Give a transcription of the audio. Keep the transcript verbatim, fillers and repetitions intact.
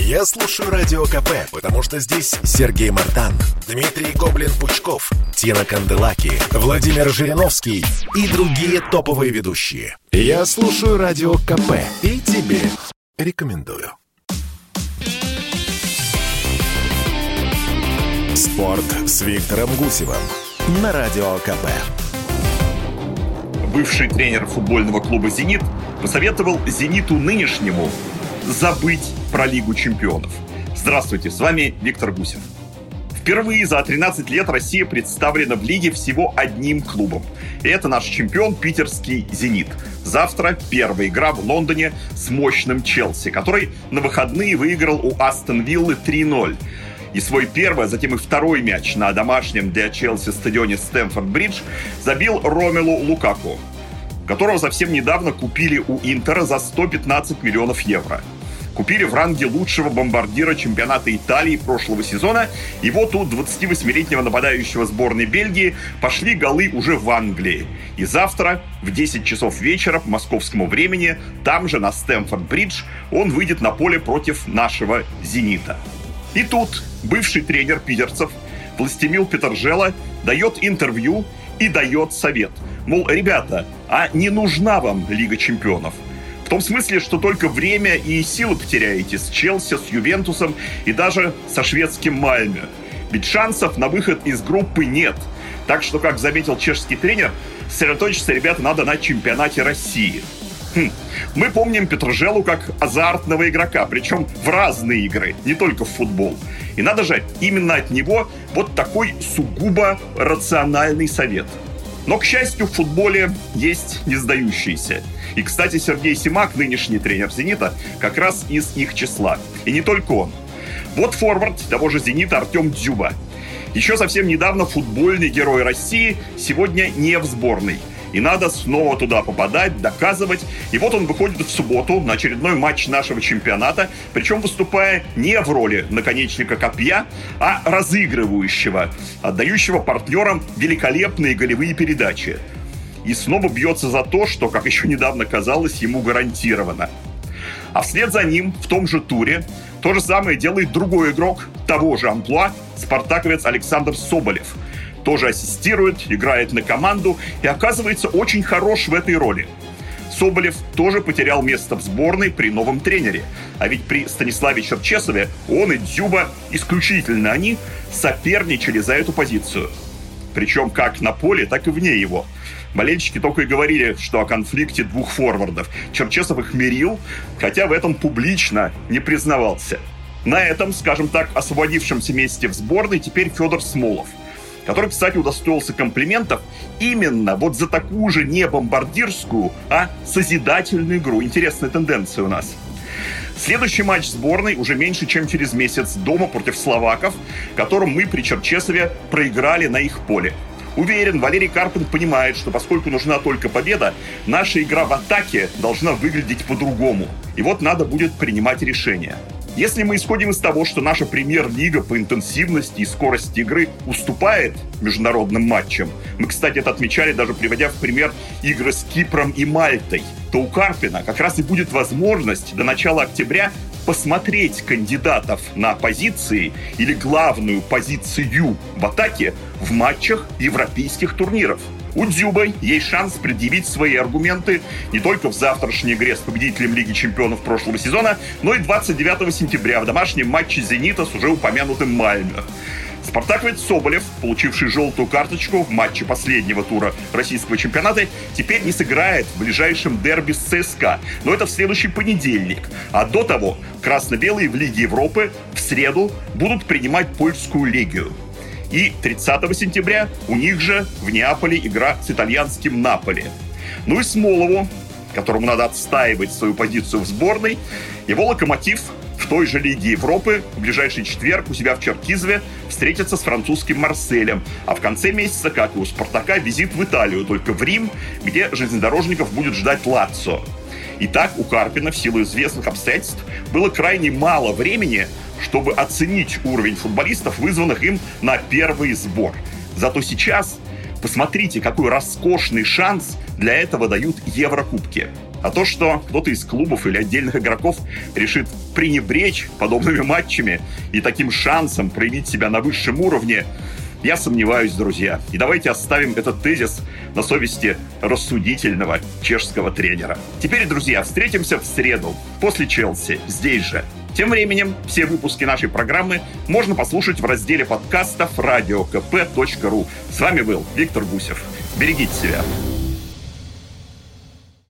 Я слушаю Радио КП, потому что здесь Сергей Мартан, Дмитрий Гоблин-Пучков, Тина Канделаки, Владимир Жириновский и другие топовые ведущие. Я слушаю Радио КП и тебе рекомендую. Спорт с Виктором Гусевым на Радио КП. Бывший тренер футбольного клуба «Зенит» посоветовал «Зениту» нынешнему забыть про Лигу чемпионов. Здравствуйте, с вами Виктор Гусев. Впервые за тринадцать лет Россия представлена в Лиге всего одним клубом. И это наш чемпион питерский «Зенит». Завтра первая игра в Лондоне с мощным «Челси», который на выходные выиграл у Астон Виллы три ноль. И свой первый, а затем и второй мяч на домашнем для Челси стадионе Стэмфорд-Бридж забил Ромелу Лукаку, которого совсем недавно купили у Интера за сто пятнадцать миллионов евро. Купили в ранге лучшего бомбардира чемпионата Италии прошлого сезона. И вот у двадцативосьмилетнего нападающего сборной Бельгии пошли голы уже в Англии. И завтра в десять часов вечера по московскому времени, там же на Стэмфорд-Бридж, он выйдет на поле против нашего «Зенита». И тут бывший тренер питерцев Властимир Петержела дает интервью и дает совет. Мол, ребята, а не нужна вам Лига чемпионов? В том смысле, что только время и силы потеряете с Челси, с Ювентусом и даже со шведским Мальме. Ведь шансов на выход из группы нет. Так что, как заметил чешский тренер, сосредоточиться, ребята, надо на чемпионате России. Хм. Мы помним Петержелу как азартного игрока, причем в разные игры, не только в футбол. И надо же, именно от него вот такой сугубо рациональный совет. Но, к счастью, в футболе есть не сдающиеся. И, кстати, Сергей Симак, нынешний тренер «Зенита», как раз из их числа. И не только он. Вот форвард того же «Зенита» Артем Дзюба. Еще совсем недавно футбольный герой России, сегодня не в сборной. И надо снова туда попадать, доказывать. И вот он выходит в субботу на очередной матч нашего чемпионата, причем выступая не в роли наконечника копья, а разыгрывающего, отдающего партнерам великолепные голевые передачи. И снова бьется за то, что, как еще недавно казалось, ему гарантировано. А вслед за ним в том же туре то же самое делает другой игрок того же амплуа, спартаковец Александр Соболев. Тоже ассистирует, играет на команду и оказывается очень хорош в этой роли. Соболев тоже потерял место в сборной при новом тренере. А ведь при Станиславе Черчесове он и Дзюба, исключительно они, соперничали за эту позицию. Причем как на поле, так и вне его. Болельщики только и говорили, что о конфликте двух форвардов. Черчесов их мирил, хотя в этом публично не признавался. На этом, скажем так, освободившемся месте в сборной теперь Федор Смолов, который, кстати, удостоился комплиментов именно вот за такую же не бомбардирскую, а созидательную игру. Интересная тенденция у нас. Следующий матч сборной уже меньше, чем через месяц дома против словаков, которым мы при Черчесове проиграли на их поле. Уверен, Валерий Карпин понимает, что поскольку нужна только победа, наша игра в атаке должна выглядеть по-другому. И вот надо будет принимать решение. Если мы исходим из того, что наша премьер-лига по интенсивности и скорости игры уступает международным матчам, мы, кстати, это отмечали, даже приводя в пример игры с Кипром и Мальтой, то у Карпина как раз и будет возможность до начала октября посмотреть кандидатов на позиции или главную позицию в атаке в матчах европейских турниров. У Дзюбы есть шанс предъявить свои аргументы не только в завтрашней игре с победителем Лиги чемпионов прошлого сезона, но и двадцать девятого сентября в домашнем матче «Зенита» с уже упомянутым Мальме. Спартаковец Соболев, получивший желтую карточку в матче последнего тура российского чемпионата, теперь не сыграет в ближайшем дерби с ЦСКА, но это в следующий понедельник. А до того красно-белые в Лиге Европы в среду будут принимать польскую Легию. И тридцатого сентября у них же в Неаполе игра с итальянским Наполи. Ну и Смолову, которому надо отстаивать свою позицию в сборной, его «Локомотив» в той же Лиге Европы в ближайший четверг у себя в Черкизове встретится с французским Марселем. А в конце месяца, как и у «Спартака», визит в Италию, только в Рим, где железнодорожников будет ждать Лацио. Итак, у Карпина в силу известных обстоятельств было крайне мало времени, чтобы оценить уровень футболистов, вызванных им на первый сбор. Зато сейчас посмотрите, какой роскошный шанс для этого дают Еврокубки. А то, что кто-то из клубов или отдельных игроков решит пренебречь подобными матчами и таким шансом проявить себя на высшем уровне, я сомневаюсь, друзья. И давайте оставим этот тезис на совести рассудительного чешского тренера. Теперь, друзья, встретимся в среду после Челси, здесь же. Тем временем все выпуски нашей программы можно послушать в разделе подкастов радио ка пэ точка ру. С вами был Виктор Гусев. Берегите себя.